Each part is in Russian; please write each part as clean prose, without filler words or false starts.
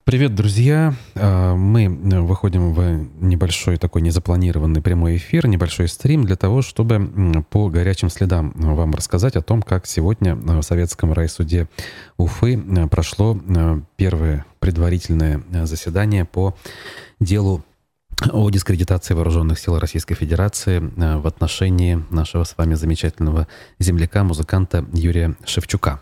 Привет, друзья! Мы выходим в небольшой такой незапланированный прямой эфир, небольшой стрим для того, чтобы по горячим следам вам рассказать о том, как сегодня в Советском райсуде Уфы прошло первое предварительное заседание по делу о дискредитации вооруженных сил Российской Федерации в отношении нашего с вами замечательного земляка, музыканта Юрия Шевчука.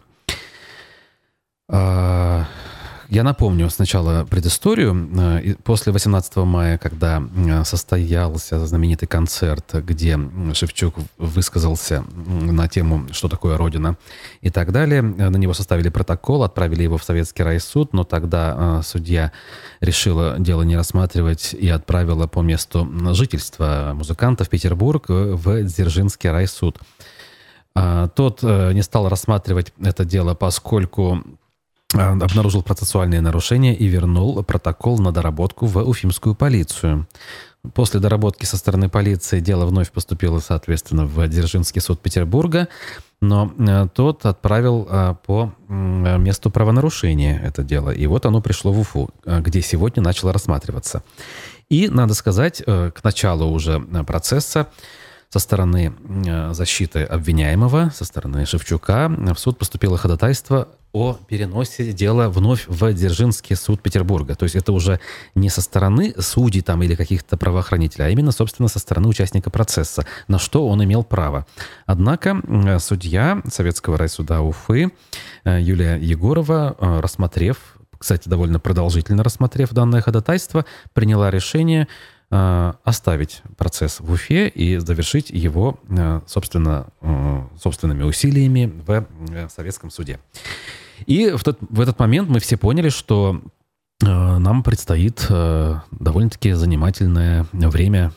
Я напомню сначала предысторию. После 18 мая, когда состоялся знаменитый концерт, где Шевчук высказался на тему «Что такое Родина?» и так далее, на него составили протокол, отправили его в Советский райсуд, но тогда судья решила дело не рассматривать и отправила по месту жительства музыканта в Петербург, в Дзержинский райсуд. Тот не стал рассматривать это дело, поскольку обнаружил процессуальные нарушения и вернул протокол на доработку в Уфимскую полицию. После доработки со стороны полиции дело вновь поступило, соответственно, в Дзержинский суд Петербурга, но тот отправил по месту правонарушения это дело. И вот оно пришло в Уфу, где сегодня начало рассматриваться. И, надо сказать, к началу уже процесса со стороны защиты обвиняемого, со стороны Шевчука, в суд поступило ходатайство о переносе дела вновь в Дзержинский суд Петербурга. То есть это уже не со стороны судей там, или каких-то правоохранителей, а именно, собственно, со стороны участника процесса, на что он имел право. Однако судья Советского райсуда Уфы Юлия Егорова, рассмотрев, кстати, довольно продолжительно рассмотрев данное ходатайство, приняла решение оставить процесс в Уфе и завершить его, собственными усилиями в Советском суде. И в этот момент мы все поняли, что нам предстоит довольно-таки занимательное время,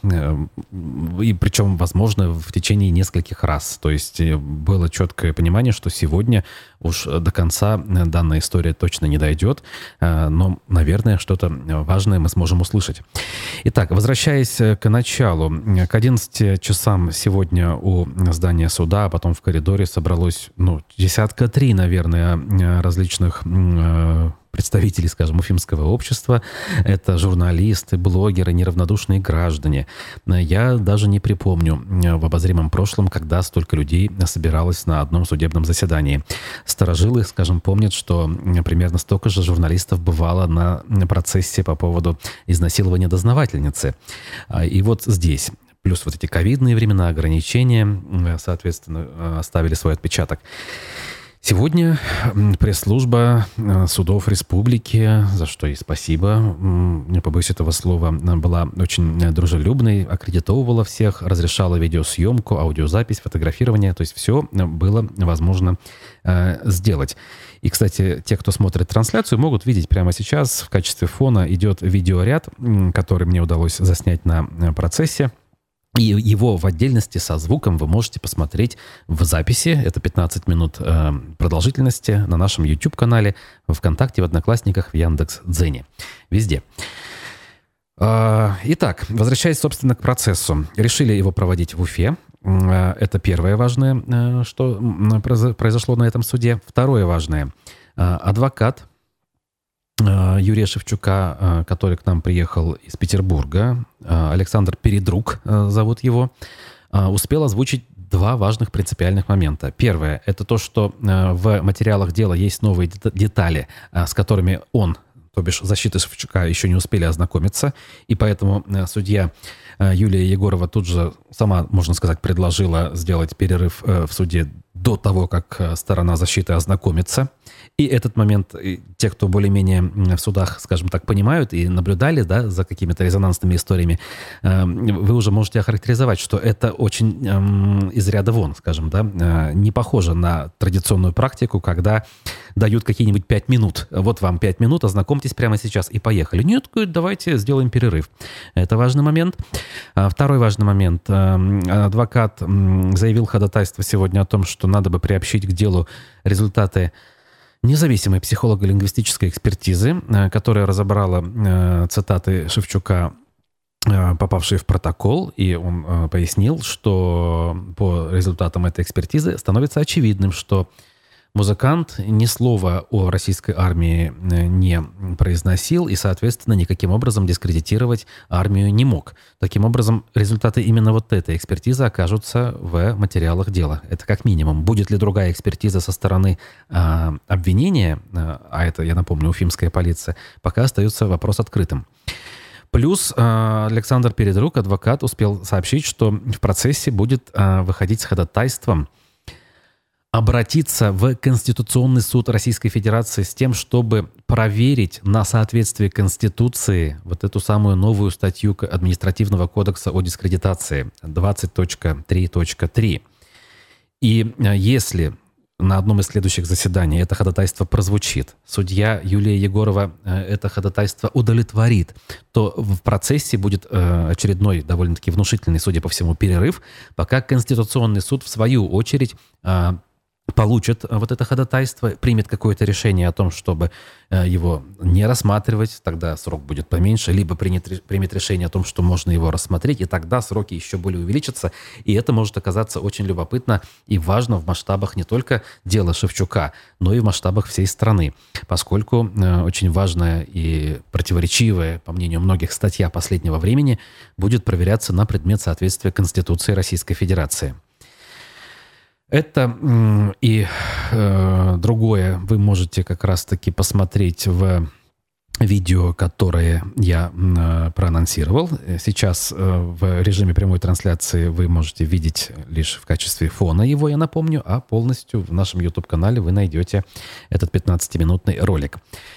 и причем, возможно, в течение нескольких раз. То есть было четкое понимание, что сегодня уж до конца данная история точно не дойдет, но, наверное, что-то важное мы сможем услышать. Итак, возвращаясь к началу, к 11 часам сегодня у здания суда, а потом в коридоре собралось, десятка три, наверное, различных представителей, скажем, уфимского общества. Это журналисты, блогеры, неравнодушные граждане. Я даже не припомню в обозримом прошлом, когда столько людей собиралось на одном судебном заседании. Старожилы, скажем, помнят, что примерно столько же журналистов бывало на процессе по поводу изнасилования дознавательницы. И вот здесь, плюс вот эти ковидные времена, ограничения, соответственно, оставили свой отпечаток. Сегодня пресс-служба судов республики, за что ей спасибо, не побоюсь этого слова, была очень дружелюбной, аккредитовывала всех, разрешала видеосъемку, аудиозапись, фотографирование, то есть все было возможно сделать. И, кстати, те, кто смотрит трансляцию, могут видеть прямо сейчас в качестве фона идет видеоряд, который мне удалось заснять на процессе. И его в отдельности со звуком вы можете посмотреть в записи. Это 15 минут продолжительности на нашем YouTube-канале, в ВКонтакте, в Одноклассниках, в Яндекс.Дзене. Везде. Итак, возвращаясь, собственно, к процессу. Решили его проводить в Уфе. Это первое важное, что произошло на этом суде. Второе важное. Адвокат Юрия Шевчука, который к нам приехал из Петербурга, Александр Передрук зовут его, успел озвучить два важных принципиальных момента. Первое – это то, что в материалах дела есть новые детали, с которыми он, то бишь защита Шевчука, еще не успели ознакомиться, и поэтому судья Юлия Егорова тут же сама, можно сказать, предложила сделать перерыв в суде до того, как сторона защиты ознакомится. И этот момент, те, кто более-менее в судах, скажем так, понимают и наблюдали, да, за какими-то резонансными историями, вы уже можете охарактеризовать, что это очень из ряда вон, скажем, да, не похоже на традиционную практику, когда дают какие-нибудь 5 минут. Вот вам 5 минут, ознакомьтесь прямо сейчас и поехали. Нет, давайте сделаем перерыв. Это важный момент. Второй важный момент. Адвокат заявил ходатайство сегодня о том, что надо бы приобщить к делу результаты независимой психолого-лингвистической экспертизы, которая разобрала цитаты Шевчука, попавшие в протокол, и он пояснил, что по результатам этой экспертизы становится очевидным, что Музыкант ни слова о российской армии не произносил и, соответственно, никаким образом дискредитировать армию не мог. Таким образом, результаты именно вот этой экспертизы окажутся в материалах дела. Это как минимум. Будет ли другая экспертиза со стороны обвинения, а это, я напомню, уфимская полиция, пока остается вопрос открытым. Плюс Александр Передрук, адвокат, успел сообщить, что в процессе будет выходить с ходатайством обратиться в Конституционный суд Российской Федерации с тем, чтобы проверить на соответствие Конституции вот эту самую новую статью Административного кодекса о дискредитации 20.3.3. И если на одном из следующих заседаний это ходатайство прозвучит, судья Юлия Егорова это ходатайство удовлетворит, то в процессе будет очередной довольно-таки внушительный, судя по всему, перерыв, пока Конституционный суд в свою очередь получит вот это ходатайство, примет какое-то решение о том, чтобы его не рассматривать, тогда срок будет поменьше, либо примет решение о том, что можно его рассмотреть, и тогда сроки еще более увеличатся, и это может оказаться очень любопытно и важно в масштабах не только дела Шевчука, но и в масштабах всей страны, поскольку очень важная и противоречивая, по мнению многих, статья последнего времени будет проверяться на предмет соответствия Конституции Российской Федерации. Это и другое вы можете как раз-таки посмотреть в видео, которое я проанонсировал. Сейчас в режиме прямой трансляции вы можете видеть лишь в качестве фона его, я напомню, а полностью в нашем YouTube-канале вы найдете этот 15-минутный ролик.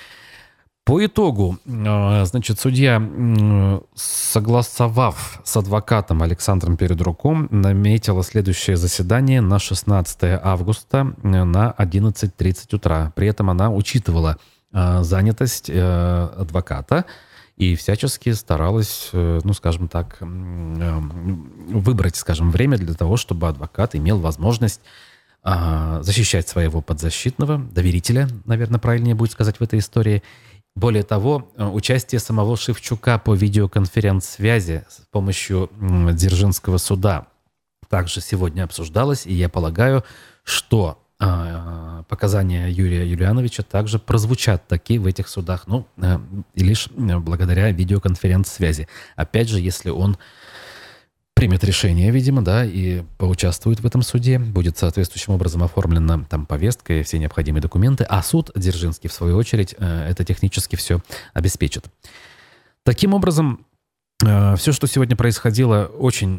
По итогу, значит, судья, согласовав с адвокатом Александром Передруком, наметила следующее заседание на 16 августа на 11:30 утра. При этом она учитывала занятость адвоката и всячески старалась, ну, скажем так, выбрать, скажем, время для того, чтобы адвокат имел возможность защищать своего подзащитного, доверителя, наверное, правильнее будет сказать в этой истории. Более того, участие самого Шевчука по видеоконференц-связи с помощью Дзержинского суда также сегодня обсуждалось, и я полагаю, что показания Юрия Юлиановича также прозвучат таки в этих судах, ну, и лишь благодаря видеоконференц-связи. Опять же, если он примет решение, видимо, да, и поучаствует в этом суде, будет соответствующим образом оформлена там повестка и все необходимые документы, а суд Дзержинский, в свою очередь, это технически все обеспечит. Таким образом, все, что сегодня происходило, очень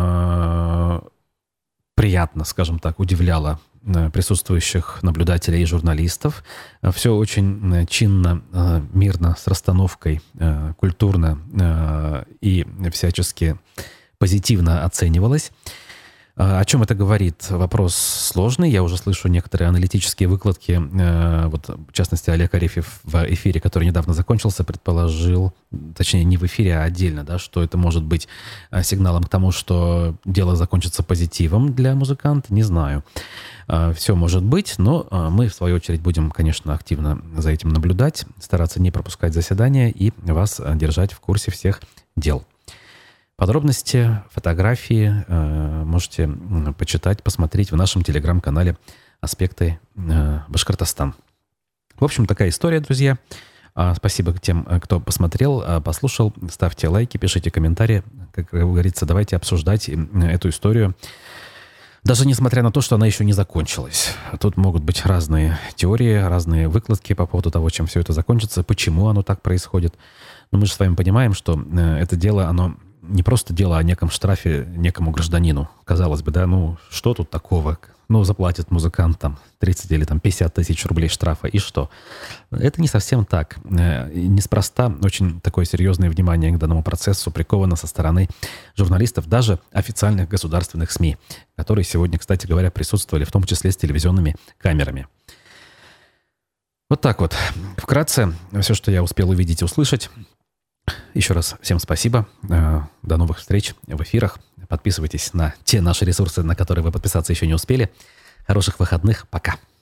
приятно, скажем так, удивляло присутствующих наблюдателей и журналистов. Все очень чинно, мирно, с расстановкой, культурно и всячески позитивно оценивалось. О чем это говорит? Вопрос сложный. Я уже слышу некоторые аналитические выкладки. Вот, в частности, Олег Арефьев в эфире, который недавно закончился, предположил, точнее, не в эфире, а отдельно, да, что это может быть сигналом к тому, что дело закончится позитивом для музыканта. Не знаю. Все может быть, но мы, в свою очередь, будем, конечно, активно за этим наблюдать, стараться не пропускать заседания и вас держать в курсе всех дел. Подробности, фотографии можете почитать, посмотреть в нашем телеграм-канале «Аспекты Башкортостан». В общем, такая история, друзья. Спасибо тем, кто посмотрел, послушал. Ставьте лайки, пишите комментарии. Как говорится, давайте обсуждать эту историю. Даже несмотря на то, что она еще не закончилась. Тут могут быть разные теории, разные выкладки по поводу того, чем все это закончится, почему оно так происходит. Но мы же с вами понимаем, что это дело, оно не просто дело о неком штрафе некому гражданину. Казалось бы, да, ну что тут такого? Ну, заплатит музыкант там 30 или там 50 тысяч рублей штрафа, и что? Это не совсем так. Неспроста очень такое серьезное внимание к данному процессу приковано со стороны журналистов, даже официальных государственных СМИ, которые сегодня, кстати говоря, присутствовали, в том числе с телевизионными камерами. Вот так вот. Вкратце, все, что я успел увидеть и услышать. Еще раз всем спасибо. До новых встреч в эфирах. Подписывайтесь на те наши ресурсы, на которые вы подписаться еще не успели. Хороших выходных. Пока.